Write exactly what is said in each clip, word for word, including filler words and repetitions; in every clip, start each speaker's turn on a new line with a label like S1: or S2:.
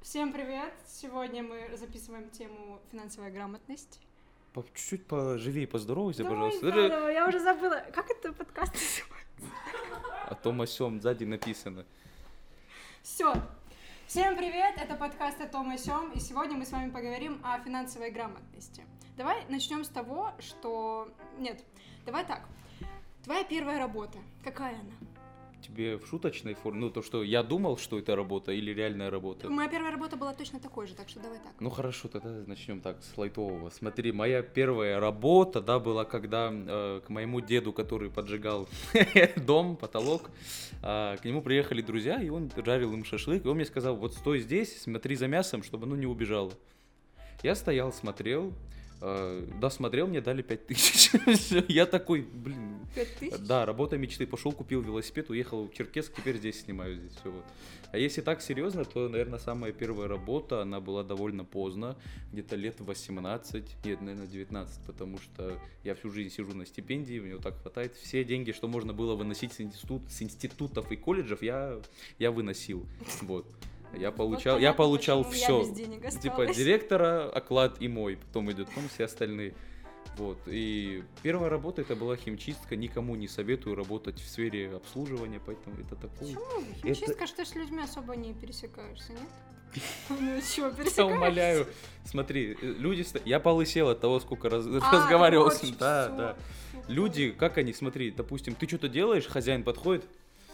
S1: Всем привет! Сегодня мы записываем тему финансовая грамотность.
S2: По- Чуть-чуть поживее, поздоровайся,
S1: Давай
S2: пожалуйста.
S1: заново, я уже забыла. Как это подкаст называется?
S2: О том о сём сзади написано.
S1: Все. Всем привет! Это подкаст о том о сём, и сегодня мы с вами поговорим о финансовой грамотности. Давай начнем с того, что... Нет, давай так. Твоя первая работа, какая она?
S2: Тебе в шуточной форме, ну то, что я думал, что это работа или реальная работа?
S1: Моя первая работа была точно такой же, так что давай так.
S2: Ну хорошо, тогда начнем так, с лайтового. Смотри, моя первая работа, да, была, когда э, к моему деду, который поджигал дом, потолок, э, к нему приехали друзья, и он жарил им шашлык, и он мне сказал: вот стой здесь, смотри за мясом, чтобы оно не убежало. Я стоял, смотрел, э, да, смотрел, мне дали пять тысяч. Я такой, блин.
S1: Пять тысяч?
S2: Да, работа мечты. Пошел, купил велосипед, уехал в Черкесск, теперь здесь снимаю здесь все вот. А если так серьезно, то, наверное, самая первая работа, она была довольно поздно, где-то лет восемнадцать, нет, наверное, девятнадцать, потому что я всю жизнь сижу на стипендии, мне вот так хватает. Все деньги, что можно было выносить с, институт, с институтов и колледжев, я, я выносил. Вот. Я получал,
S1: Вот
S2: я
S1: понятно,
S2: получал
S1: почему я
S2: все.
S1: без денег
S2: Типа
S1: осталась.
S2: директора, оклад и мой. Потом идет, потом все остальные. Вот. И первая работа это была химчистка. Никому не советую работать в сфере обслуживания, поэтому это такое.
S1: Почему? Химчистка, что ты с людьми особо не пересекаешься, нет? Ну что,
S2: Я
S1: пересекаешься?
S2: умоляю. Смотри, люди... ста- Я полысел от того, сколько раз-
S1: А,
S2: разговаривал с
S1: точно,
S2: ним. Да,
S1: всё,
S2: да.
S1: всё,
S2: Люди, как они, смотри, допустим, ты что-то делаешь, хозяин подходит.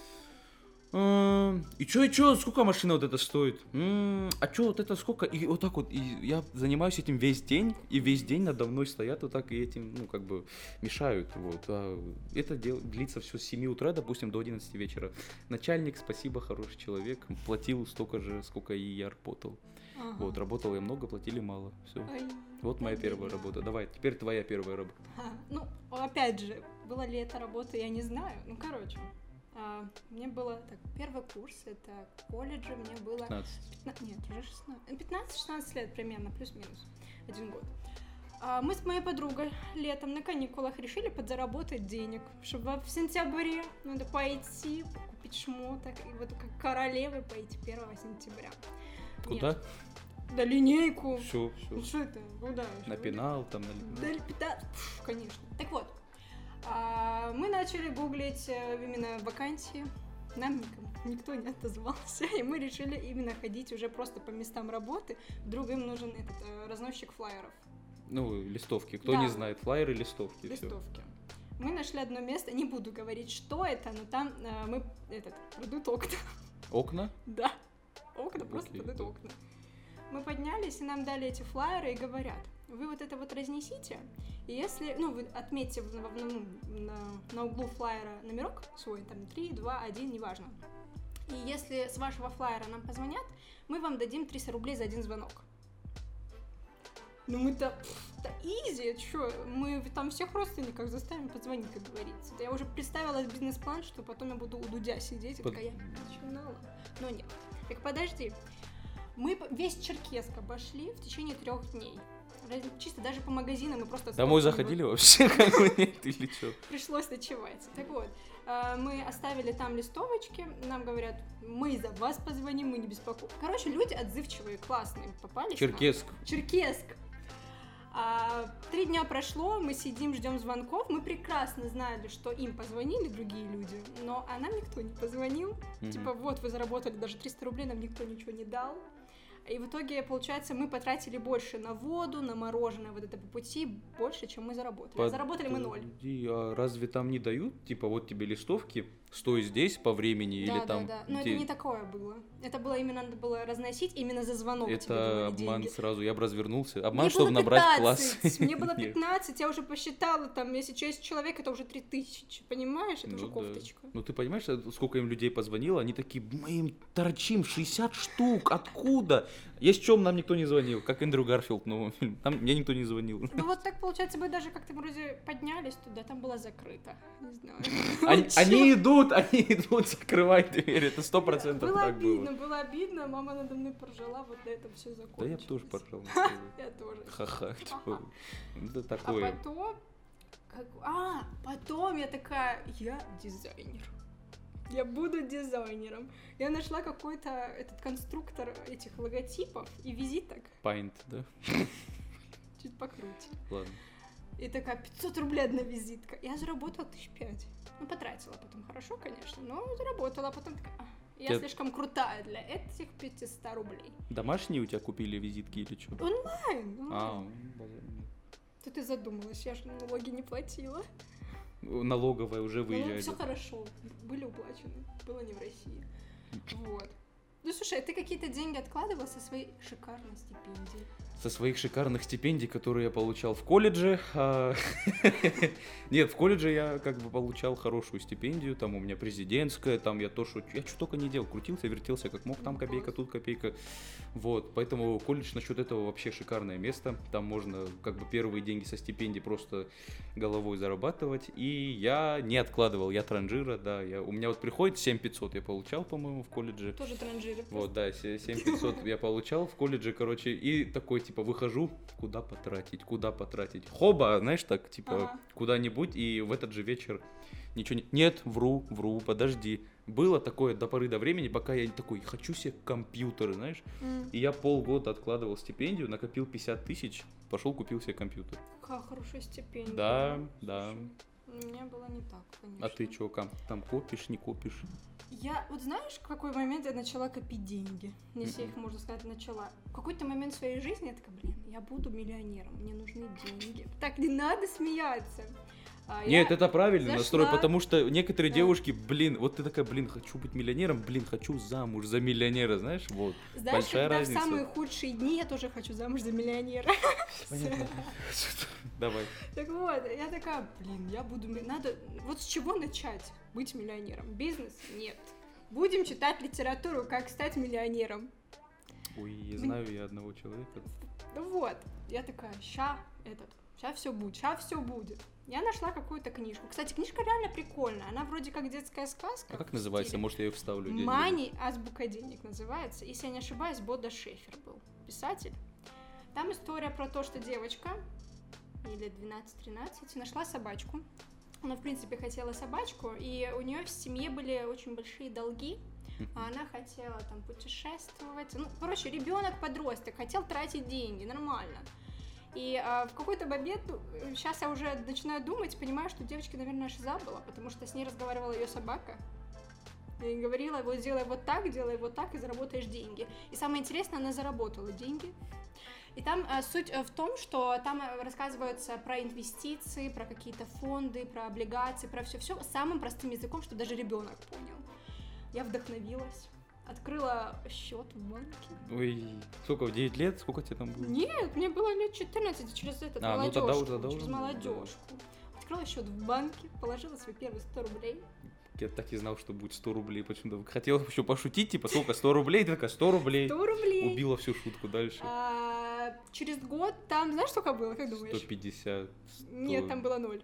S2: «М, И чё, и чё, сколько машина вот это стоит? М, А чё, вот это сколько? И вот так вот, и я занимаюсь этим весь день, и весь день надо мной стоят вот так и этим, ну, как бы, мешают, вот. А это дел- длится все с семи утра, допустим, до одиннадцати вечера. Начальник, спасибо, хороший человек, платил столько же, сколько и я работал.
S1: Ага.
S2: Вот, работал я много, платили мало, все.
S1: Ой,
S2: Вот моя первая
S1: обидно.
S2: работа. Давай, теперь твоя первая работа.
S1: Ага. Ну, опять же, была ли это работа, я не знаю. Ну, короче, а, мне было, так, первый курс, это колледжа, мне было...
S2: пятнадцать.
S1: пятнадцать, нет, уже шестнадцать, пятнадцать-шестнадцать лет примерно, плюс-минус, один год. А, мы с моей подругой летом на каникулах решили подзаработать денег, чтобы в сентябре надо пойти купить шмоток, и вот как королевы пойти первого сентября.
S2: Куда?
S1: Нет, да линейку.
S2: Все,
S1: Ну
S2: все.
S1: что это? Куда?
S2: На пенал, там, на...
S1: Да, да, пф, конечно. Так вот, а, мы начали гуглить э, именно вакансии. Нам никому- никто не отозвался, и мы решили именно ходить уже просто по местам работы. Вдруг им нужен этот э, разносчик флаеров,
S2: Ну, листовки. Кто
S1: Да.
S2: не знает, флайеры, листовки. всё.
S1: листовки. Мы нашли одно место, не буду говорить, что это, но там э, мы, этот, продают окна.
S2: Окна?
S1: Да, окна, просто
S2: Окей.
S1: продают окна. Мы поднялись, и нам дали эти флаеры, и говорят: вы вот это вот разнесите, и если, ну, вы отметьте в- в- ну, на, на углу флаера номерок свой, там, три, два, один, неважно. И если с вашего флаера нам позвонят, мы вам дадим триста рублей за один звонок. Ну мы-то, да изи, чё, мы там всех родственников заставим позвонить, как говорится. Да я уже представила бизнес-план, что потом я буду у Дудя сидеть, и
S2: Под-
S1: такая, я начинала. Но нет. Так подожди. Мы п- весь Черкесск обошли в течение трех дней. Раз- Чисто даже по магазинам мы просто...
S2: Домой
S1: стопками
S2: заходили
S1: вот
S2: вообще, как бы нет, или что?
S1: Пришлось ночевать. Так вот, э, мы оставили там листовочки, нам говорят, мы за вас позвоним, мы не беспокойтесь. Короче, люди отзывчивые, классные, попались нам.
S2: Черкесск.
S1: Черкесск. А, три дня прошло, мы сидим, ждем звонков. Мы прекрасно знали, что им позвонили другие люди, но а нам никто не позвонил.
S2: Мгм.
S1: Типа, вот, вы заработали даже триста рублей, нам никто ничего не дал. И в итоге, получается, мы потратили больше на воду, на мороженое, вот это по пути, больше, чем мы заработали. А заработали мы ноль.
S2: Подожди, а разве там не дают, типа, вот тебе листовки, стой здесь по времени,
S1: Да,
S2: или
S1: да,
S2: там...
S1: да. Но
S2: те-
S1: это не такое было. Это было именно, надо было разносить именно за звонок. тебе
S2: Это
S1: давали
S2: обман
S1: деньги.
S2: сразу, я бы развернулся. Обман,
S1: Мне
S2: чтобы
S1: было
S2: набрать
S1: пятнадцать,
S2: класс.
S1: Мне было
S2: Нет.
S1: пятнадцать, я уже посчитала, там, если шесть человек, это уже три тысячи, понимаешь? Это
S2: Ну
S1: уже
S2: да.
S1: кофточка.
S2: Ну ты понимаешь, сколько им людей позвонило? Они такие, мы им торчим шестьдесят штук, откуда? Есть в чем нам никто не звонил, как Эндрю Гарфилд в новом фильме. Там мне никто не звонил.
S1: Ну вот так, получается, мы даже как-то вроде поднялись туда, там было закрыто. Не знаю.
S2: Они,
S1: Чё?
S2: они идут, они идут, закрывай дверь, это сто процентов
S1: Было
S2: так
S1: обидно,
S2: было.
S1: было обидно, мама надо мной поржала, вот на этом все
S2: Да
S1: закончилось.
S2: я бы тоже поржал. на самом деле.
S1: Я тоже.
S2: Ха-ха, типа, это
S1: А
S2: такое.
S1: потом, как... а, потом я такая, я дизайнер. Я буду дизайнером. Я нашла какой-то этот конструктор этих логотипов и визиток.
S2: Paint, да?
S1: Чуть покруче.
S2: Ладно.
S1: И такая, пятьсот рублей одна визитка. Я заработала тысяч пять. Ну, потратила потом, хорошо, конечно, но заработала. Потом такая, «А, я
S2: Я-
S1: слишком крутая для этих пятьсот рублей.
S2: Домашние у тебя купили визитки или что?
S1: Онлайн.
S2: А,
S1: онлайн.
S2: базар.
S1: Тут ты задумалась, я же налоги не платила.
S2: Налоговая уже
S1: Ну,
S2: выезжает.
S1: все хорошо, были уплачены, было не в России. Вот. Ну, слушай, а ты какие-то деньги откладывал со своей шикарной стипендии?
S2: Со своих шикарных стипендий, которые я получал в колледже. а, Нет, в колледже я как бы получал хорошую стипендию, там у меня президентская, там я то, что... Я что только не делал, крутился, вертелся как мог, там копейка, тут копейка. Вот, поэтому колледж насчет этого вообще шикарное место. Там можно как бы первые деньги со стипендий просто головой зарабатывать. И я не откладывал, я транжира, да. Я... У меня вот приходит семь тысяч пятьсот я получал, по-моему, в колледже.
S1: Тоже транжиры.
S2: Вот, да, семь тысяч пятьсот я получал в колледже, короче, и такой, типа, выхожу, куда потратить, куда потратить. Хоба, знаешь, так, типа,
S1: Ага.
S2: куда-нибудь, и в этот же вечер ничего не... Нет, вру, вру, подожди. Было такое до поры до времени, пока я такой, хочу себе компьютер, знаешь.
S1: М,
S2: И я полгода откладывал стипендию, накопил пятьдесят тысяч, пошел купил себе компьютер.
S1: Какая хорошая стипендия.
S2: Да, да.
S1: Слушай, у меня было не так, конечно.
S2: А ты чё, кам- там копишь, не копишь?
S1: Я, вот знаешь, в какой момент я начала копить деньги? Если их, можно сказать, начала. В какой-то момент в своей жизни я такая, блин, я буду миллионером, мне нужны деньги. Так не надо смеяться. А
S2: Нет,
S1: я
S2: это правильный
S1: зашла-
S2: настрой, потому что некоторые
S1: Да.
S2: девушки, блин, вот ты такая, блин, хочу быть миллионером, блин, хочу замуж за миллионера, знаешь, вот.
S1: Знаешь,
S2: большая
S1: когда
S2: разница.
S1: в самые худшие дни я тоже хочу замуж за миллионера.
S2: Понятно. Давай.
S1: Так вот, я такая, блин, я буду... ми- Надо... Вот с чего начать быть миллионером? Бизнес? Нет. Будем читать литературу, как стать миллионером.
S2: Ой, я знаю я одного человека.
S1: Ну вот, я такая, ща этот, ща все будет, ща все будет. Я нашла какую-то книжку. Кстати, книжка реально прикольная. Она вроде как детская сказка.
S2: А как
S1: в
S2: называется?
S1: стиле.
S2: Может, я ее вставлю где-нибудь?
S1: Мани, азбука денег называется. Если я не ошибаюсь, Бода Шефер был писатель. Там история про то, что девочка, ей лет двенадцать-тринадцать, нашла собачку. Она, в принципе, хотела собачку, и у нее в семье были очень большие долги. А она хотела там путешествовать. Ну, короче, ребенок-подросток хотел тратить деньги, нормально. И а, в какой-то момент, ну, сейчас я уже начинаю думать, понимаю, что девочке, наверное, шиза была, потому что с ней разговаривала ее собака. И говорила, вот делай вот так, делай вот так, и заработаешь деньги. И самое интересное, она заработала деньги. И там а, суть а, в том, что там а, рассказываются про инвестиции, про какие-то фонды, про облигации, про все-все самым простым языком, что даже ребенок понял. Я вдохновилась. Открыла счет в банке.
S2: Ой, сколько, в девять лет? Сколько тебе там было?
S1: Нет, мне было лет четырнадцать через этот
S2: А, ну
S1: молодежку,
S2: тогда уже- тогда
S1: через
S2: уже было, да.
S1: молодежку. Открыла счет в банке, положила свои первые сто рублей.
S2: Я так и знал, что будет сто рублей. Почему-то хотела еще пошутить, типа, сколько, сто рублей? Ты такая, сто рублей.
S1: сто рублей.
S2: Убила всю шутку дальше.
S1: А, через год там, знаешь, сколько было, как думаешь?
S2: сто пятьдесят.
S1: Нет, там было ноль.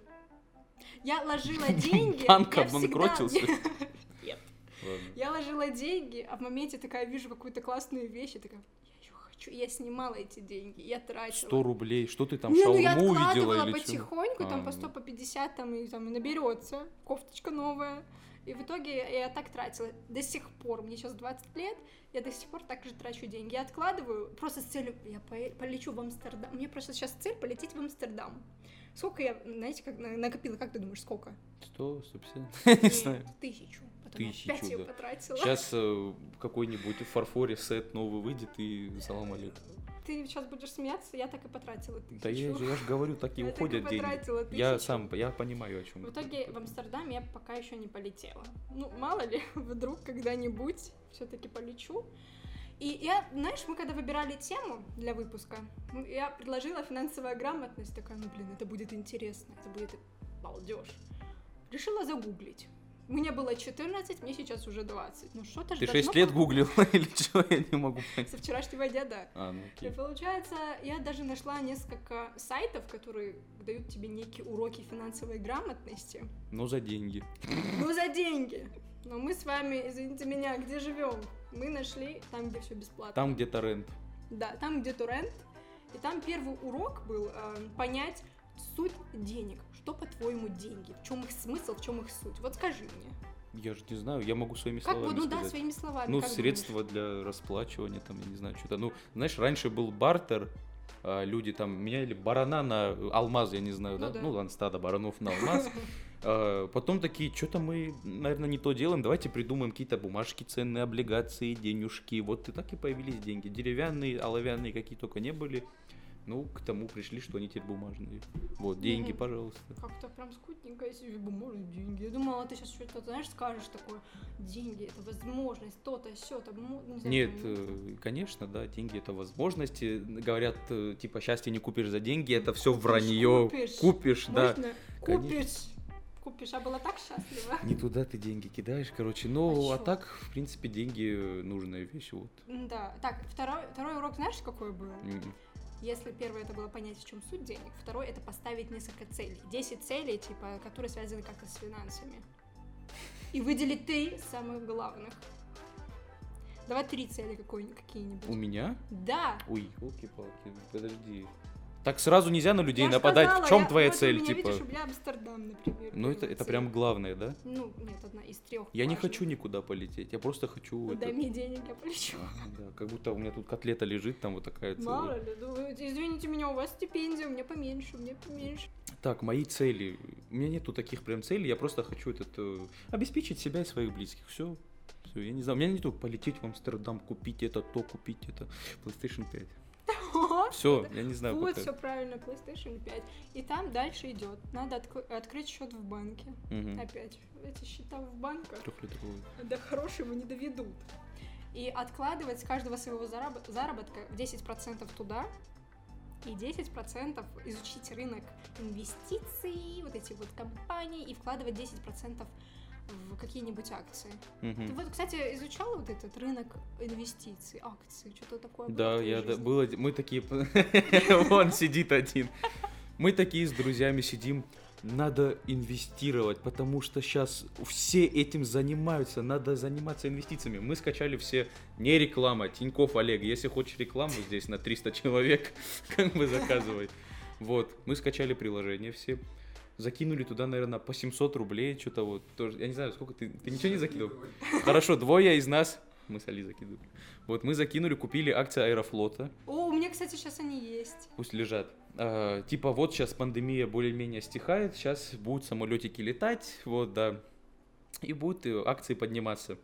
S1: Я ложила деньги.
S2: Банк
S1: я
S2: обанкротился?
S1: всегда- Нет.
S2: Ладно.
S1: Я ложила деньги, а в моменте такая вижу какую-то классную вещь, и такая, я ее хочу. И я снимала эти деньги, я тратила.
S2: сто рублей. Что ты там,
S1: Не, ну я
S2: шаурму увидела
S1: откладывала
S2: или что?
S1: потихоньку, там
S2: А,
S1: по
S2: ну.
S1: сто, по пятьдесят, там и там и наберется, кофточка новая. И в итоге я так тратила. До сих пор, мне сейчас двадцать лет, я до сих пор так же трачу деньги. Я откладываю просто с целью, я по- полечу в Амстердам. У меня просто сейчас цель полететь в Амстердам. Сколько я, знаете, как на- накопила, как ты думаешь, сколько?
S2: сто, сто пятьдесят? Не
S1: Нет,
S2: знаю.
S1: Тысячу. Потом
S2: Тысячу,
S1: опять ее
S2: да.
S1: потратила.
S2: Сейчас э, какой-нибудь в фарфоре сет новый выйдет и салам алейкум.
S1: Ты сейчас будешь смеяться, я так и потратила тысячу.
S2: Да я, же- я же говорю, так и
S1: Я так
S2: уходят
S1: и
S2: деньги.
S1: потратила
S2: Я
S1: тысячу.
S2: сам, я понимаю, о чем.
S1: В итоге в Амстердам я пока еще не полетела. Ну, мало ли, вдруг когда-нибудь все-таки полечу. И я, знаешь, мы когда выбирали тему для выпуска, ну, я предложила финансовая грамотность, такая, ну, блин, это будет интересно, это будет балдеж. Решила загуглить. Мне было четырнадцать, мне сейчас уже двадцать. Ну, что-то же
S2: Ты
S1: должно
S2: шесть лет
S1: быть.
S2: гуглил или что? Я не могу понять.
S1: Со вчерашнего дня, да.
S2: А, ну
S1: И
S2: окей.
S1: получается, я даже нашла несколько сайтов, которые дают тебе некие уроки финансовой грамотности.
S2: Ну за деньги.
S1: Ну, за деньги. Но мы с вами, извините меня, где живем? Мы нашли там, где все бесплатно.
S2: Там где торрент.
S1: Да, там, где торрент. И там первый урок был э, понять суть денег. Что, по-твоему, деньги? В чем их смысл, в чем их суть? Вот скажи мне.
S2: Я же не знаю, я могу своими
S1: Как
S2: словами
S1: бы, ну да,
S2: сказать.
S1: своими словами.
S2: Ну,
S1: как
S2: средства для расплачивания, там, я не знаю, что-то. Ну, знаешь, раньше был бартер, а, люди там меняли барана на алмаз, я не знаю,
S1: Ну
S2: да?
S1: да.
S2: Ну, ладно, стадо баранов на алмаз. А, потом такие, что-то мы, наверное, не то делаем, давайте придумаем какие-то бумажки, ценные облигации, денежки. Вот и так и появились деньги. Деревянные, оловянные, какие только не были. Ну, к тому пришли, что они теперь бумажные. Вот, деньги,
S1: Мгм.
S2: пожалуйста.
S1: Как-то прям скутненько себе бумажные деньги. Я думала, ты сейчас что-то, знаешь, скажешь такое. Деньги — это возможность, то-то, сё-то. ну, не знаю,
S2: Нет,
S1: ну,
S2: э, конечно, да, деньги это возможности. Говорят, э, типа, счастье не купишь за деньги, это все вранье.
S1: Купишь.
S2: Купишь, да.
S1: Можно?
S2: конечно.
S1: Купишь. Купишь, а была так счастлива.
S2: Не туда ты деньги кидаешь, короче. Ну,
S1: А
S2: а,
S1: чё?
S2: так, в принципе, деньги э, нужная вещь, вот.
S1: Да. Так, второй, второй урок знаешь, какой был?
S2: М.
S1: Если первый это было понять, в чем суть денег, второй это поставить несколько целей. десять целей, типа, которые связаны как-то с финансами. И выделить три самых главных. Давай три цели какой- какие-нибудь.
S2: У меня?
S1: Да.
S2: Ой, елки-палки, подожди. Так сразу нельзя на людей
S1: Я ж
S2: нападать.
S1: сказала,
S2: в чем
S1: я-
S2: твоя
S1: вот у
S2: цель,
S1: меня,
S2: типа?
S1: видишь, у меня Амстердам, например.
S2: Ну, это,
S1: первая
S2: это
S1: цель.
S2: прям главное, да?
S1: Ну, нет, одна из трех.
S2: Я не хочу никуда полететь, я просто хочу...
S1: Ну, дай
S2: этот-
S1: мне денег, я полечу.
S2: Ага, да, как будто у меня тут котлета лежит, там вот такая целая.
S1: Мало ли, ну, извините меня, у вас стипендия, у меня поменьше, у меня поменьше.
S2: Так, мои цели. У меня нету таких прям целей, я просто хочу этот э, обеспечить себя и своих близких. Все. Все, я не знаю. У меня нету полететь в Амстердам, купить это, то, купить это. PlayStation пять. Все, я не знаю.
S1: Вот,
S2: пока.
S1: все правильно, PlayStation пять. И там дальше идет. Надо отк- открыть счет в банке.
S2: Мгм.
S1: Опять, эти счета в банках
S2: Трёхлитровый.
S1: до хорошего не доведут. И откладывать с каждого своего зараб- заработка десять процентов туда и десять процентов изучить рынок инвестиций, вот эти вот компании, и вкладывать десять процентов в какие-нибудь акции.
S2: Мгм.
S1: Ты вот, кстати, изучала вот этот рынок инвестиций, акций, что-то такое было
S2: Да,
S1: в твоей
S2: я да,
S1: жизни?
S2: было. Мы такие. Вон сидит один. Мы такие с друзьями сидим. Надо инвестировать, потому что сейчас все этим занимаются. Надо заниматься инвестициями. Мы скачали все не реклама. Тинькофф Олег, если хочешь рекламу здесь на триста человек, как бы заказывай. Вот, мы скачали приложение все. Закинули туда, наверное, по семьсот рублей, что-то вот. Тоже, я не знаю, сколько ты... Ты ничего не закинул? Хорошо, двое из нас... Мы с Али закидывали. Вот, мы закинули, купили акции Аэрофлота.
S1: О, у меня, кстати, сейчас они есть.
S2: Пусть лежат. А, типа вот сейчас пандемия более-менее стихает, сейчас будут самолетики летать, вот, да. И будут э, акции подниматься.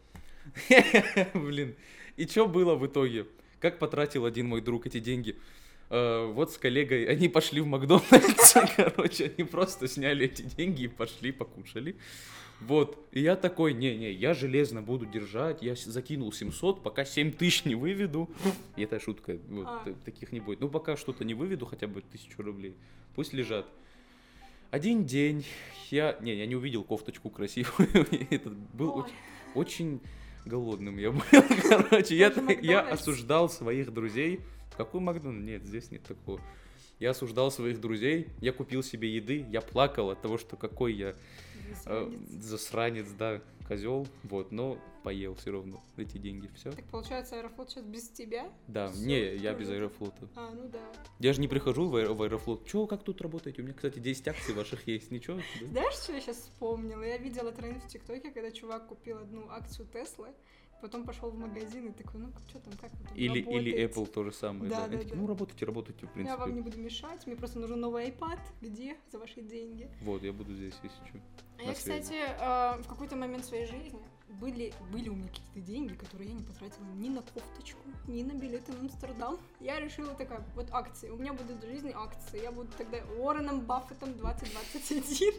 S2: Блин. И что было в итоге? Как потратил один мой друг эти деньги? А, вот с коллегой, они пошли в Макдональдс, короче, они просто сняли эти деньги и пошли, покушали. Вот, и я такой, не-не, я железно буду держать, я с- закинул семьсот, пока семь тысяч не выведу. И это шутка, вот,
S1: А.
S2: т- таких не будет. Ну, пока что-то не выведу, хотя бы тысячу рублей, пусть лежат. Один день я, не, я не увидел кофточку красивую, этот был
S1: Ой.
S2: очень, очень голодным я был, короче, я,
S1: Даже
S2: я
S1: Макдональдс.
S2: осуждал своих друзей. Какой Макдональдс? Нет, здесь нет такого. Я осуждал своих друзей, я купил себе еды, я плакал от того, что какой я э,
S1: Засранец.
S2: засранец, да, козел, вот, но поел все равно эти деньги, все.
S1: Так получается, Аэрофлот сейчас без тебя?
S2: Да,
S1: Всё,
S2: не, я
S1: тоже
S2: без
S1: это-
S2: Аэрофлота.
S1: А, ну да.
S2: Я же не прихожу в, аэро- в Аэрофлот. Че, как тут работаете? У меня, кстати, десять акций ваших есть, ничего? Да?
S1: Знаешь, что я сейчас вспомнила? Я видела тренд в ТикТоке, когда чувак купил одну акцию Теслы, потом пошел в магазин и такой, ну что там, как вы там
S2: Или, или
S1: работаете?
S2: Apple то же самое,
S1: Да,
S2: да. Они
S1: да,
S2: такие,
S1: да.
S2: ну, работайте, работайте, в
S1: Я вам не
S2: принципе.
S1: буду мешать, мне просто нужен новый iPad. Где? За ваши деньги.
S2: Вот, я буду здесь, если что.
S1: А я,
S2: На связи.
S1: кстати, э, в какой-то момент своей жизни были, были у меня какие-то деньги, которые я не потратила ни на кофточку, ни на билеты в Амстердам. Я решила такая, вот акции, у меня будут в жизни акции, я буду тогда Уорреном Баффетом двадцать двадцать один.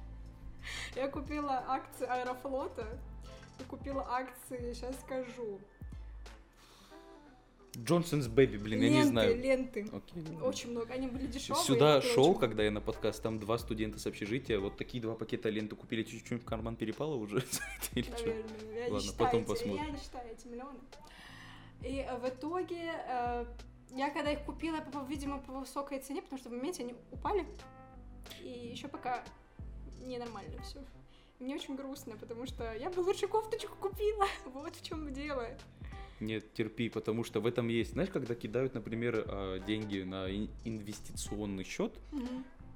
S1: Я купила акции Аэрофлота, и купила акции, сейчас скажу.
S2: Джонсонс Бэби, блин, я не
S1: ленты,
S2: знаю.
S1: ленты.
S2: Окей.
S1: Очень много, они были дешевые.
S2: Сюда
S1: и
S2: шел,
S1: очень
S2: когда я на подкаст, там два студента с общежития, вот такие два пакета ленты купили, чуть-чуть в карман перепало уже. Или чё?
S1: Наверное, я не
S2: Ладно,
S1: считаю
S2: потом
S1: эти-
S2: посмотрим.
S1: Я не считаю эти миллионы. И э, в итоге э, я когда их купила, я попала, видимо, по высокой цене, потому что в моменте они упали. И еще пока ненормально все. Мне очень грустно, потому что я бы лучше кофточку купила. Вот в чем дело.
S2: Нет, терпи, потому что в этом есть. Знаешь, когда кидают, например, а, деньги на ин- инвестиционный счет,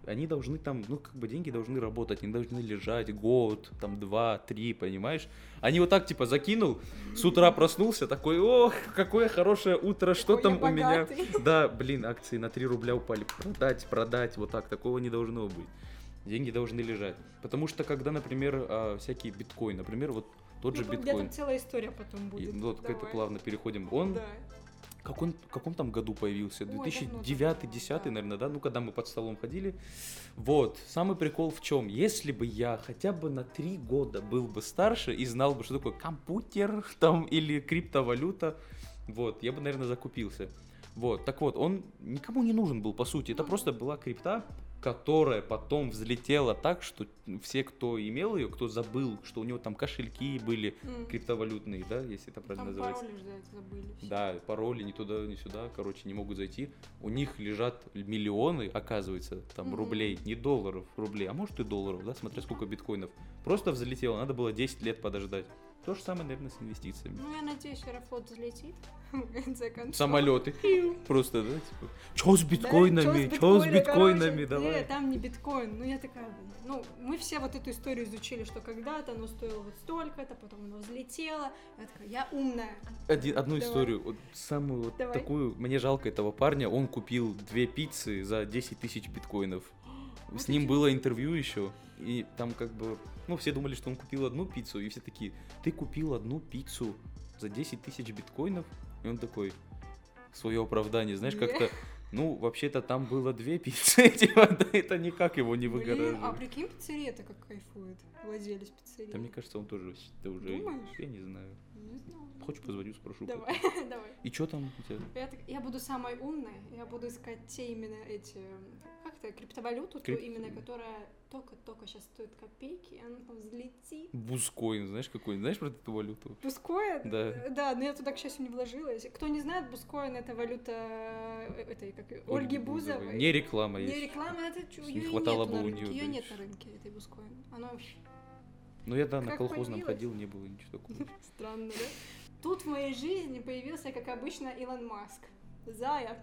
S2: они должны там, ну, как бы деньги должны работать, они должны лежать год, там, два, три, понимаешь? Они вот так, типа, закинул, с утра проснулся, такой, ох, какое хорошее утро, что
S1: Какой
S2: там
S1: я
S2: у меня?
S1: богатый.
S2: Да, блин, акции на три рубля упали, продать, продать, вот так, такого не должно быть. Деньги должны лежать. Потому что, когда, например, а, всякий биткоин, например, вот тот же
S1: Ну, У меня
S2: биткоин,
S1: там целая история потом
S2: и
S1: будет.
S2: вот к это
S1: Давай.
S2: плавно переходим, он
S1: Да.
S2: как он, в каком там году появился?
S1: Ой,
S2: две тысячи
S1: давно,
S2: девятый,
S1: давно,
S2: десятый,
S1: да.
S2: наверное, да? Ну, когда мы под столом ходили. Вот. Самый прикол в чем? Если бы я хотя бы на три года был бы старше и знал бы, что такое компьютер там или криптовалюта, вот, я бы, наверное, закупился. Вот. Так вот, он никому не нужен был, по сути. Это
S1: Ну.
S2: просто была крипта, которая потом взлетела так, что все, кто имел ее, кто забыл, что у него там кошельки были
S1: М.
S2: криптовалютные, да, если это правильно
S1: Там
S2: называется.
S1: пароли ждать забыли. все.
S2: Да, пароли ни туда, ни сюда, короче, не могут зайти. У них лежат миллионы, оказывается, там,
S1: Мгм.
S2: рублей, не долларов, рублей, а может и долларов, да, смотря сколько биткоинов. Просто взлетело, надо было десять лет подождать. То же самое, наверное, с инвестициями.
S1: Ну, я надеюсь, Аэрофлот взлетит. В конце концов.
S2: Самолеты. Просто, да, типа, чё с биткоинами,
S1: Да,
S2: чё с
S1: биткоины,
S2: биткоинами,
S1: короче,
S2: давай.
S1: Нет, там не биткоин. Ну, я такая, блин, ну, мы все вот эту историю изучили, что когда-то оно стоило вот столько-то, потом оно взлетело. Я такая, я умная.
S2: Один- одну
S1: Давай.
S2: историю, вот самую вот
S1: Давай.
S2: такую, мне жалко этого парня, он купил две пиццы за десять тысяч биткоинов.
S1: Вот
S2: С ним
S1: эти-
S2: было интервью еще, и там как бы, ну, все думали, что он купил одну пиццу, и все такие, ты купил одну пиццу за десять тысяч биткоинов? И он такой, свое оправдание, знаешь,
S1: Не.
S2: как-то, ну, вообще-то там было две пиццы, типа, да, это никак его не
S1: Блин, а
S2: выгораживает.
S1: прикинь, пиццерия-то как кайфует. Владелец пиццерии.
S2: Да мне кажется, он тоже, это уже,
S1: Думаешь?
S2: я не знаю.
S1: Не знаю.
S2: Хочешь, позвоню, спрошу.
S1: Давай, давай.
S2: И что там у тебя?
S1: Я, так- я буду самой умной, я буду искать те именно эти, как это, криптовалюту,
S2: Крип-
S1: ту именно, которая только-только сейчас стоит копейки, и она там взлетит.
S2: Бускоин, знаешь какой? Знаешь про эту валюту?
S1: Бускоин?
S2: Да.
S1: Э, Да, но я туда, к счастью, не вложилась. Кто не знает, Бускоин — это валюта э, этой, как, её, Ольги Бузовой.
S2: Не реклама
S1: Не
S2: есть.
S1: реклама, это чё,
S2: Не
S1: её и
S2: хватало
S1: нету
S2: бы
S1: на
S2: у
S1: рынке,
S2: неё,
S1: её
S2: да,
S1: нет
S2: ещё.
S1: на рынке, этой Бускоин. Оно вообще
S2: Ну я да, на
S1: Как
S2: колхозном
S1: появилась?
S2: ходил, не было ничего такого.
S1: странно, да? Тут в моей жизни появился, как обычно, Илон Маск. Зая,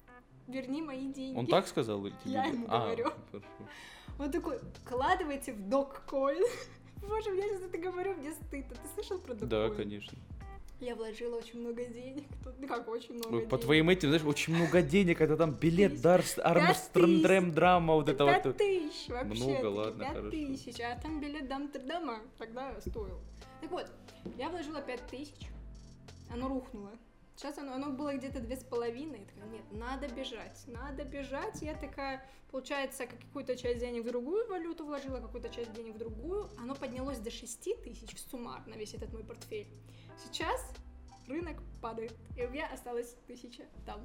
S1: верни мои деньги.
S2: Он так сказал или тебе?
S1: Я ему
S2: А,
S1: говорю.
S2: хорошо.
S1: Он такой, вкладывайте в Доккоин. Боже, я сейчас это говорю, мне стыдно. Ты слышал про Доккоин?
S2: Да, конечно.
S1: Я вложила очень много денег. Тут, ну как, очень много
S2: Ой,
S1: денег.
S2: По твоим этим, знаешь, очень много денег, это там билет,
S1: Тысяч.
S2: Дарс, Армстрондрем, драма, вот это
S1: Пять
S2: вот.
S1: тысяч вообще.
S2: Много, ладно,
S1: Пять
S2: хорошо.
S1: тысяч, а там билет до Амстердама тогда стоил. Так вот, я вложила пять тысяч, оно рухнуло. Сейчас оно, оно было где-то две с половиной. Я такая, нет, надо бежать, надо бежать. Я такая, получается, какую-то часть денег в другую валюту вложила, какую-то часть денег в другую. Оно поднялось до шести тысяч суммарно, весь этот мой портфель. Сейчас рынок падает, и у меня осталось тысяча там.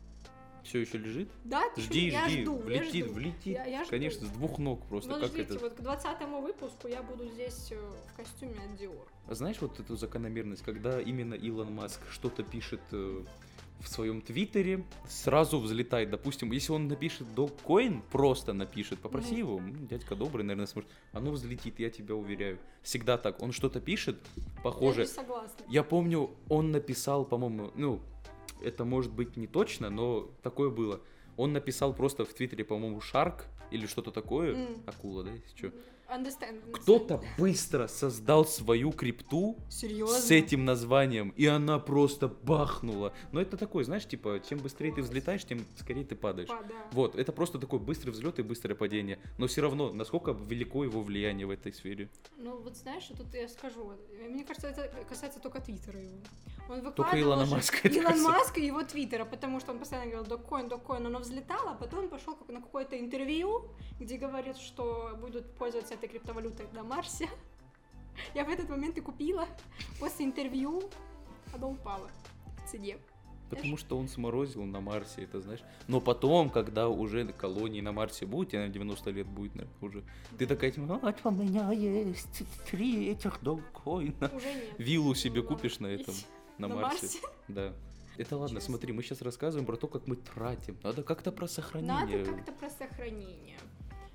S2: Все еще лежит?
S1: Да, ты
S2: Жди,
S1: я
S2: жди,
S1: жду, я
S2: влетит,
S1: жду.
S2: влетит.
S1: Я- я жду.
S2: Конечно, с двух ног просто.
S1: Ну,
S2: Как
S1: ждите,
S2: это?
S1: вот к двадцатому выпуску я буду здесь э, в костюме от Dior.
S2: А знаешь вот эту закономерность, когда именно Илон Маск что-то пишет э, в своем твиттере, сразу взлетает. Допустим, если он напишет Доккоин, просто напишет, попроси
S1: Мгм.
S2: его, м, дядька добрый, наверное, сможет. Оно взлетит, я тебя уверяю. Всегда так. Он что-то пишет, похоже.
S1: Я здесь согласна.
S2: Я помню, он написал, по-моему, ну, это может быть не точно, но такое было. Он написал просто в твиттере, по-моему, Шарк или что-то такое.
S1: М.
S2: Акула, да, если что.
S1: Understand. understand.
S2: Кто-то быстро создал свою крипту
S1: Серьезно?
S2: с этим названием, и она просто бахнула. Но это такой, знаешь, типа, чем быстрее ты взлетаешь, тем скорее ты падаешь.
S1: Па, да.
S2: Вот, это просто такой быстрый взлет и быстрое падение. Но все равно, насколько велико его влияние в этой сфере.
S1: Ну вот знаешь, тут я скажу, э, мне кажется, это касается только Твиттера его. Он
S2: Только
S1: выкладывал
S2: Илона
S1: же-
S2: Маска это
S1: Илон
S2: касается.
S1: Маск и его Твиттера, потому что он постоянно говорил Доккоин, Доккоин, оно взлетало, а потом пошел как на какое-то интервью, где говорит, что будут пользоваться этой криптовалютой на Марсе. Я в этот момент и купила. После интервью оно упало в цене.
S2: Потому что он сморозил на Марсе, это знаешь. Но потом, когда уже колонии на Марсе будет, тебе на девяносто лет будет, наверное, уже. Ты такая, типа, вот у меня есть три этих Доккоина.
S1: Уже нет.
S2: Виллу себе
S1: Ну,
S2: купишь на
S1: ладно.
S2: этом, на,
S1: На
S2: Марсе.
S1: Марсе?
S2: Да. Это ладно,
S1: Ничего
S2: смотри, мы сейчас рассказываем про то, как мы тратим. Надо как-то про
S1: Надо
S2: сохранение.
S1: как-то про сохранение.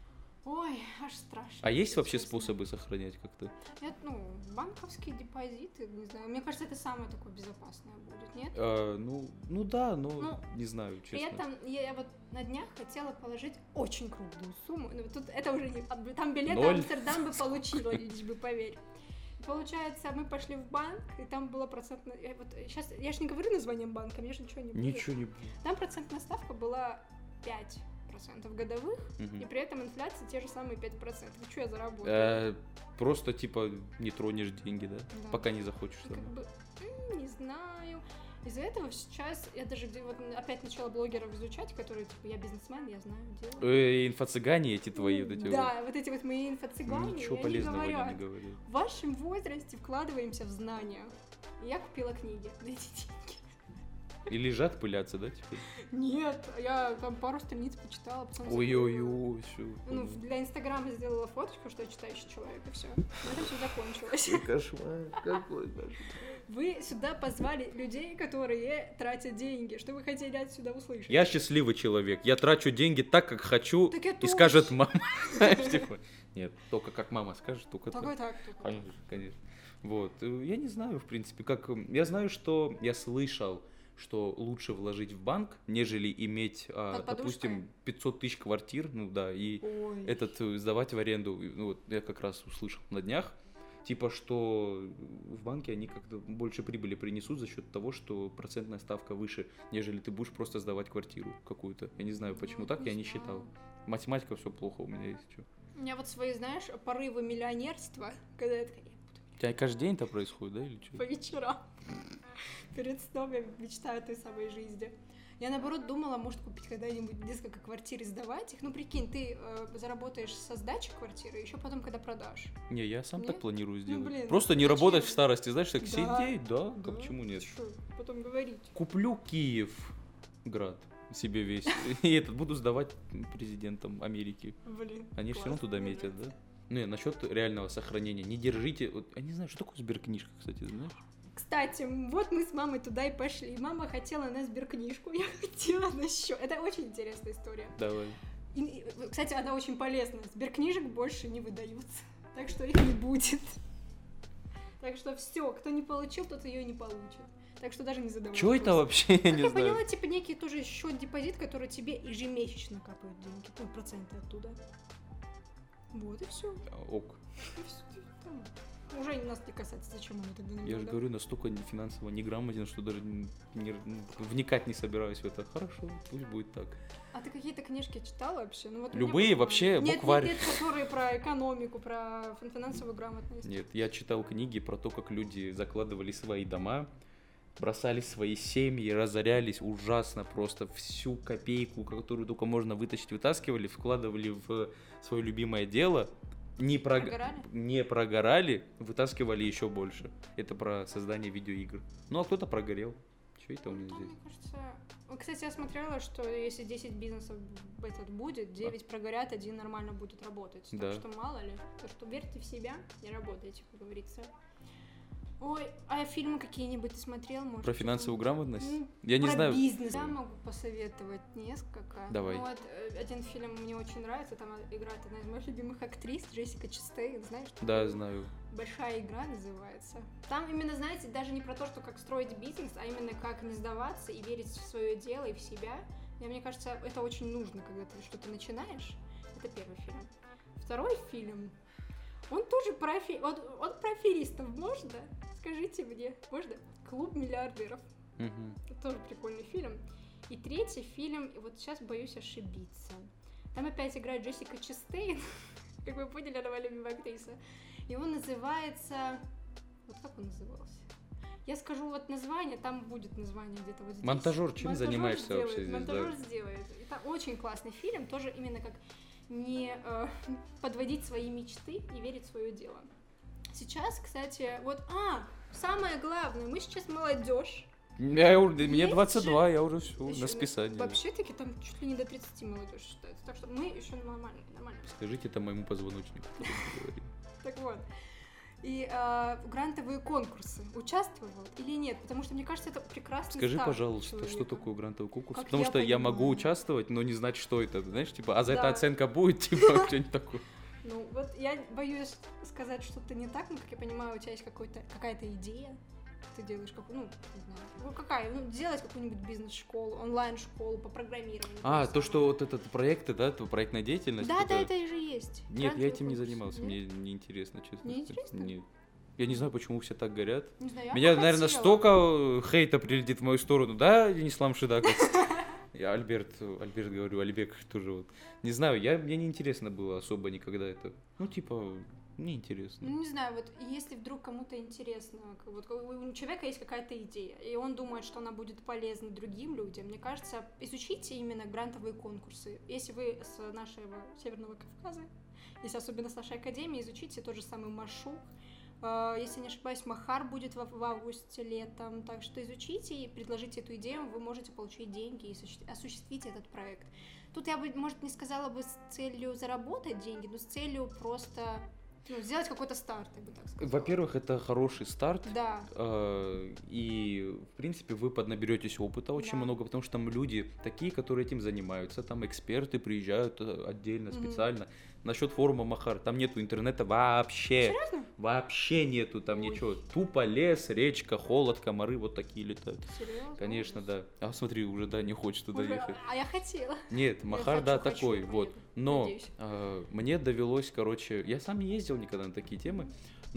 S1: Ой, аж страшно.
S2: А есть вообще
S1: честно.
S2: способы сохранять как-то?
S1: Это, ну, банковские депозиты, не знаю. Мне кажется, это самое такое безопасное будет, нет?
S2: А, ну, ну да, но
S1: Ну,
S2: не знаю, честно.
S1: При этом я, я вот на днях хотела положить очень крупную сумму. Ну, тут это уже не... Там билеты
S2: Ноль.
S1: в Амстердам бы получила, лишь бы поверь. Получается, мы пошли в банк, и там была процентная... Я, вот, сейчас, я же не говорю названием банка, мне же ничего не будет.
S2: Ничего не...
S1: Там процентная ставка была пять процентов годовых,
S2: Мгм.
S1: и при этом инфляция те же самые пять процентов. И что я заработаю?
S2: Э, Просто, типа, не тронешь деньги, да?
S1: Да.
S2: Пока не захочешь.
S1: Ну, как
S2: сама.
S1: бы, м, не знаю. Из-за этого сейчас я даже где вот опять начала блогеров изучать, которые, типа, я бизнесмен, я знаю, делаю.
S2: Э, инфо-цыгане эти твои вот эти
S1: Да, вот эти вот мои
S2: вот.
S1: инфо-цыгане,
S2: Ничего
S1: и они
S2: полезного они
S1: говорят,
S2: не говорят.
S1: в вашем возрасте вкладываемся в знания. И я купила книги на эти деньги.
S2: И лежат, пылятся, да, типа?
S1: Нет, я там пару страниц почитала, потом
S2: Ой-ой-ой, все.
S1: Ну, для Инстаграма сделала фоточку, что я читающий человек, и все. На этом все закончилось.
S2: Кошмар, какой кошмар.
S1: Вы сюда позвали людей, которые тратят деньги. Что вы хотели отсюда услышать?
S2: Я счастливый человек, я трачу деньги так, как хочу,
S1: Так я
S2: и
S1: тоже.
S2: скажет мама. Знаешь, типа, нет, только как мама скажет, только так.
S1: Только так. только так.
S2: Конечно, конечно. Вот, э, я не знаю, в принципе, как... м, Я знаю, что я слышал, что лучше вложить в банк, нежели иметь, а,
S1: Под подушкой?
S2: допустим, пятьсот тысяч квартир, ну да, и
S1: Ой.
S2: этот э, сдавать в аренду. И, ну, вот я как раз услышал на днях, типа, что в банке они как-то больше прибыли принесут за счет того, что процентная ставка выше, нежели ты будешь просто сдавать квартиру какую-то. Я не знаю, почему
S1: Ну,
S2: так,
S1: не
S2: я не
S1: знаю.
S2: считал. Математика все плохо у меня есть. Что.
S1: У меня вот свои, знаешь, порывы миллионерства, когда я такая, я буду
S2: У тебя каждый день это происходит, да, или что?
S1: по вечерам. Перед сном я мечтаю о той самой жизни. Я, наоборот, думала, может, купить когда-нибудь несколько квартир и сдавать их. Ну, прикинь, ты э, заработаешь со сдачи квартиры, еще потом, когда продашь.
S2: Не, я сам
S1: Нет?
S2: так планирую сделать.
S1: блин,
S2: Просто не
S1: зачем?
S2: работать в старости, знаешь, так
S1: Да,
S2: сидеть, да?
S1: Да?
S2: А почему нет?
S1: Чё, потом говорить.
S2: Куплю Киев, град, себе весь, и этот буду сдавать президентам Америки.
S1: Блин.
S2: Они все равно
S1: классно,
S2: туда
S1: мне
S2: метят, да?
S1: нравится.
S2: Ну и насчет реального сохранения. Не держите. Вот, я не знаю, что такое сберкнижка, кстати, знаешь?
S1: Кстати, вот мы с мамой туда и пошли. Мама хотела на сберкнижку, я хотела на счет. Это очень интересная история.
S2: Давай.
S1: И, и, кстати, она очень полезная. Сберкнижек больше не выдаются, так что их не будет. Так что все, кто не получил, тот ее не получит. Так что даже не задавай.
S2: Что это
S1: вопрос.
S2: вообще? Я
S1: Как
S2: не
S1: я
S2: знаю.
S1: поняла, типа некий тоже счет депозит, который тебе ежемесячно капают деньги, ну, проценты оттуда. Вот и все.
S2: Ок.
S1: Уже нас не касается, зачем мы тогда не
S2: Я же говорю, настолько не- финансово неграмотен, что даже не- не- вникать не собираюсь в это. Хорошо, пусть будет так.
S1: А ты какие-то книжки читала вообще? Ну, вот у меня
S2: Любые
S1: буквально.
S2: вообще,
S1: Нет,
S2: букварь.
S1: Нет, нет, которые про экономику, про фин- финансовую грамотность.
S2: Нет, я читал книги про то, как люди закладывали свои дома, бросали свои семьи, разорялись ужасно, просто всю копейку, которую только можно вытащить, вытаскивали, вкладывали в свое любимое дело, не, прог-
S1: Прогорали?
S2: не прогорали, вытаскивали еще больше. Это про создание видеоигр. Ну а кто-то прогорел. Что это у меня
S1: Ну,
S2: здесь?
S1: мне кажется... Ну, кстати, я смотрела, что если десять бизнесов этот будет, девять прогорят, один нормально будет работать.
S2: Да.
S1: Так что мало ли. Так что верьте в себя и работайте, как говорится. Ой, а фильмы какие-нибудь ты смотрел, может?
S2: Про финансовую грамотность?
S1: М,
S2: Я не
S1: про
S2: знаю.
S1: бизнес. Я могу посоветовать несколько.
S2: Давай.
S1: Ну, вот, э, один фильм мне очень нравится, там играет одна из моих любимых актрис, Джессика Честейн, знаешь?
S2: Да,
S1: такую?
S2: знаю.
S1: Большая игра называется. Там именно, знаете, даже не про то, что как строить бизнес, а именно как не сдаваться и верить в свое дело и в себя. И мне кажется, это очень нужно, когда ты что-то начинаешь. Это первый фильм. Второй фильм, он тоже про, афи... он, он про аферистов, можно? Скажите мне, можно? «Клуб миллиардеров».
S2: Мгм.
S1: Это тоже прикольный фильм. И третий фильм, и вот сейчас боюсь ошибиться. Там опять играет Джессика Честейн. Как вы поняли, она моя любимая актриса. И он называется... Вот как он назывался? Я скажу вот название, там будет название где-то вот здесь.
S2: Монтажер, чем
S1: Монтажер
S2: занимаешься
S1: сделает,
S2: вообще здесь, да?
S1: Монтажер сделает. Это очень классный фильм, тоже именно как не э, подводить свои мечты и верить в свое дело. Сейчас, кстати, вот... А, самое главное, мы сейчас молодежь.
S2: Я, у- мне
S1: Есть
S2: двадцать два,
S1: же-
S2: я уже все,
S1: Ещё
S2: на списании.
S1: Вообще-таки там чуть ли не до тридцати молодежь считается. Так что мы еще нормально, нормально.
S2: Скажите это моему позвоночнику. который говорит.
S1: Так вот. И э, грантовые конкурсы участвовал или нет? Потому что, мне кажется, это прекрасный
S2: Скажи,
S1: старт
S2: пожалуйста,
S1: человека.
S2: что такое грантовый конкурс?
S1: Как
S2: Потому
S1: я
S2: что я
S1: понимаю.
S2: могу участвовать, но не знать, что это, знаешь, типа, а за это
S1: Да.
S2: оценка будет, типа, что-нибудь такое.
S1: Ну, вот я боюсь сказать что-то не так, но, как я понимаю, у тебя есть какой-то, какая-то идея, ты делаешь какую, ну, не знаю, ну, какая, ну, делать какую-нибудь бизнес-школу, онлайн-школу по программированию.
S2: А,
S1: же
S2: то,
S1: самое.
S2: что вот этот проекты, да, то проектная деятельность.
S1: Да, да,
S2: это-
S1: это же есть.
S2: Нет, я
S1: Грантовые
S2: этим не
S1: конкурсы.
S2: занимался,
S1: Нет?
S2: мне неинтересно, честно.
S1: Не
S2: сказать.
S1: интересно?
S2: Нет. Я не знаю, почему все так горят.
S1: Не знаю, я
S2: Меня,
S1: бы
S2: наверное,
S1: хотела.
S2: столько хейта прилетит в мою сторону, да, Денислам Шидаков? Я Альберт, Альберт говорю, Альбек тоже вот. Не знаю, я, мне не интересно было особо никогда это. Ну, типа, мне интересно.
S1: Ну, не знаю, вот если вдруг кому-то интересно, как вот у человека есть какая-то идея, и он думает, что она будет полезна другим людям, мне кажется, изучите именно грантовые конкурсы. Если вы с нашего Северного Кавказа, если особенно с нашей академии, изучите тот же самый Машук. Э, Если не ошибаюсь, Махар будет в, в августе летом, так что изучите и предложите эту идею, вы можете получить деньги и осуществ- осуществить этот проект. Тут я бы, может, не сказала бы с целью заработать деньги, но с целью просто ну, сделать какой-то старт, я бы так сказала.
S2: Во-первых, это хороший старт.
S1: Да,
S2: э, И, в принципе, вы поднаберетесь опыта очень
S1: Да.
S2: много, потому что там люди такие, которые этим занимаются, там эксперты приезжают э, отдельно,
S1: Мгм.
S2: специально. Насчет форума Махар, там нету интернета вообще.
S1: серьезно?
S2: Вообще нету там
S1: Ой.
S2: ничего. Тупо лес, речка, холод, комары вот такие летают.
S1: Серьезно?
S2: Конечно, да. А смотри, уже да, не хочет туда
S1: Уже-
S2: ехать.
S1: А я хотела.
S2: Нет, Махар,
S1: хочу,
S2: да,
S1: хочу,
S2: такой,
S1: поеду.
S2: вот. Но
S1: Надеюсь.
S2: э, мне довелось, короче, я сам не ездил никогда на такие темы,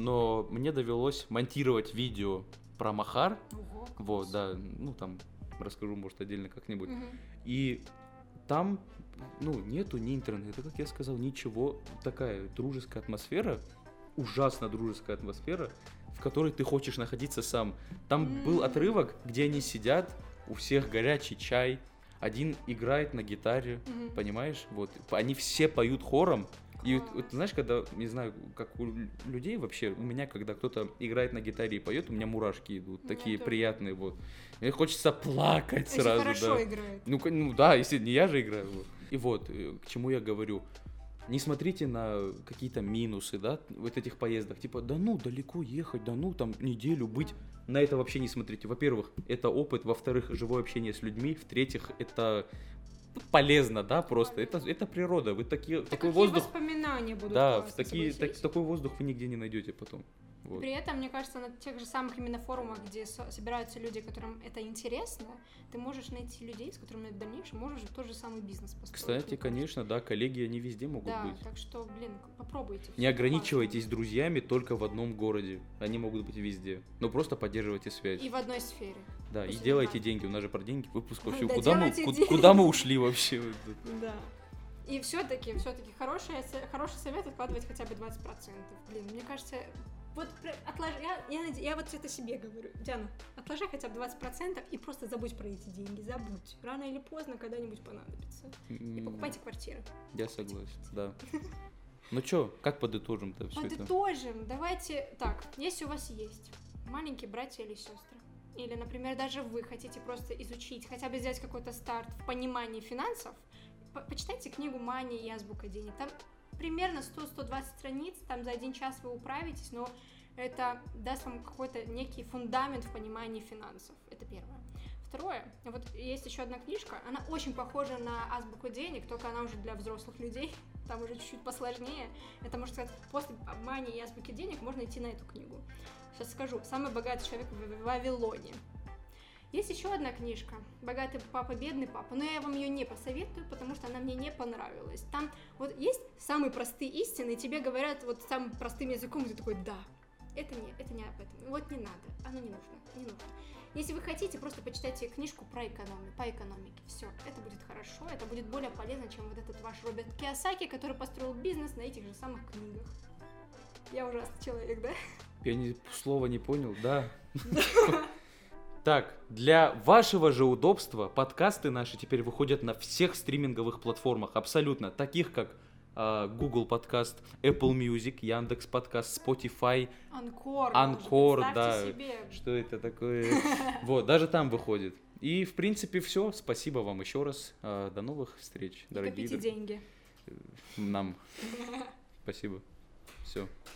S2: но мне довелось монтировать видео про Махар.
S1: Ого,
S2: Вот,
S1: класс.
S2: да, ну там расскажу, может, отдельно как-нибудь.
S1: Мгм.
S2: И там, ну, нету ни интернета, как я сказал, ничего. Такая дружеская атмосфера, ужасно дружеская атмосфера, в которой ты хочешь находиться сам. Там был
S1: М.
S2: отрывок, где они сидят, у всех горячий чай, один играет на гитаре,
S1: Мгм.
S2: понимаешь? Вот, они все поют хором. И вот,
S1: Класс.
S2: вот, знаешь, когда, не знаю, как у лю- людей вообще, у меня, когда кто-то играет на гитаре и поет, у меня мурашки идут,
S1: У меня
S2: такие
S1: тоже.
S2: приятные, вот. Мне хочется плакать
S1: Если
S2: сразу,
S1: хорошо
S2: да.
S1: играет.
S2: Ну, кон- ну да, если не я же играю. Вот. И вот, э, к чему я говорю. Не смотрите на какие-то минусы, да, вот этих поездок. Типа, да ну, далеко ехать, да ну, там, неделю быть. На это вообще не смотрите. Во-первых, это опыт. Во-вторых, живое общение с людьми. В-третьих, это полезно, да, просто. Это, это природа. Вы такие,
S1: Да
S2: такой
S1: какие
S2: воздух...
S1: воспоминания будут
S2: Да, в
S1: классные,
S2: такие, так-
S1: согласись?
S2: такой воздух вы нигде не найдете потом. Вот.
S1: При этом, мне кажется, на тех же самых именно форумах, где со- собираются люди, которым это интересно, ты можешь найти людей, с которыми в дальнейшем можешь тот же самый бизнес построить.
S2: Кстати,
S1: мне кажется.
S2: конечно, да, коллеги, они везде могут
S1: Да,
S2: быть.
S1: так что, блин, к- попробуйте.
S2: Не
S1: всё
S2: ограничивайтесь
S1: классно.
S2: друзьями только в одном городе. Они могут быть везде. Но просто поддерживайте связь.
S1: И в одной сфере.
S2: Да, и
S1: Просто
S2: делайте
S1: не надо.
S2: деньги. У нас же про деньги выпуск вообще.
S1: Да,
S2: Куда, мы,
S1: делайте
S2: ку-
S1: деньги.
S2: куда мы ушли вообще?
S1: Да. И все-таки, все-таки хороший, со- хороший совет откладывать хотя бы двадцать процентов. Блин, мне кажется, вот пр- отложи, я, я, наде- я вот это себе говорю. Диана, отложи хотя бы двадцать процентов и просто забудь про эти деньги, забудь. Рано или поздно когда-нибудь понадобится. И покупайте квартиры.
S2: Я согласен, да. Ну чё, как подытожим-то все это?
S1: Подытожим, давайте, так, если у вас есть маленькие братья или сестры, или, например, даже вы хотите просто изучить, хотя бы сделать какой-то старт в понимании финансов, по- почитайте книгу «Мания и азбука денег». Там примерно сто - сто двадцать страниц, там за один час вы управитесь, но это даст вам какой-то некий фундамент в понимании финансов. Это первое. Второе, вот есть еще одна книжка, она очень похожа на азбуку денег, только она уже для взрослых людей, там уже чуть-чуть посложнее. Это, можно сказать, после Мани и азбуки денег можно идти на эту книгу. Сейчас скажу, «Самый богатый человек в Вавилоне». Есть еще одна книжка «Богатый папа, бедный папа», но я вам ее не посоветую, потому что она мне не понравилась. Там вот есть самые простые истины, и тебе говорят вот самым простым языком, и ты такой «да». Это не, это не об этом. Вот не надо, оно не нужно, не нужно. Если вы хотите, просто почитайте книжку про экономику, по экономике. Все, это будет хорошо, это будет более полезно, чем вот этот ваш Роберт Кийосаки, который построил бизнес на этих же самых книгах. Я ужасный человек, да?
S2: Я ни слова не понял, да. Так, для вашего же удобства подкасты наши теперь выходят на всех стриминговых платформах, абсолютно, таких как а, Google подкаст, Apple Music, Яндекс подкаст, Spotify,
S1: Анкор.
S2: Анкор,
S1: даже,
S2: да.
S1: представьте себе.
S2: Что это такое? Вот, даже там выходит. И, в принципе, все. Спасибо вам еще раз. А, До новых встреч,
S1: И
S2: дорогие
S1: копите
S2: дру-
S1: деньги.
S2: нам. Спасибо. Все.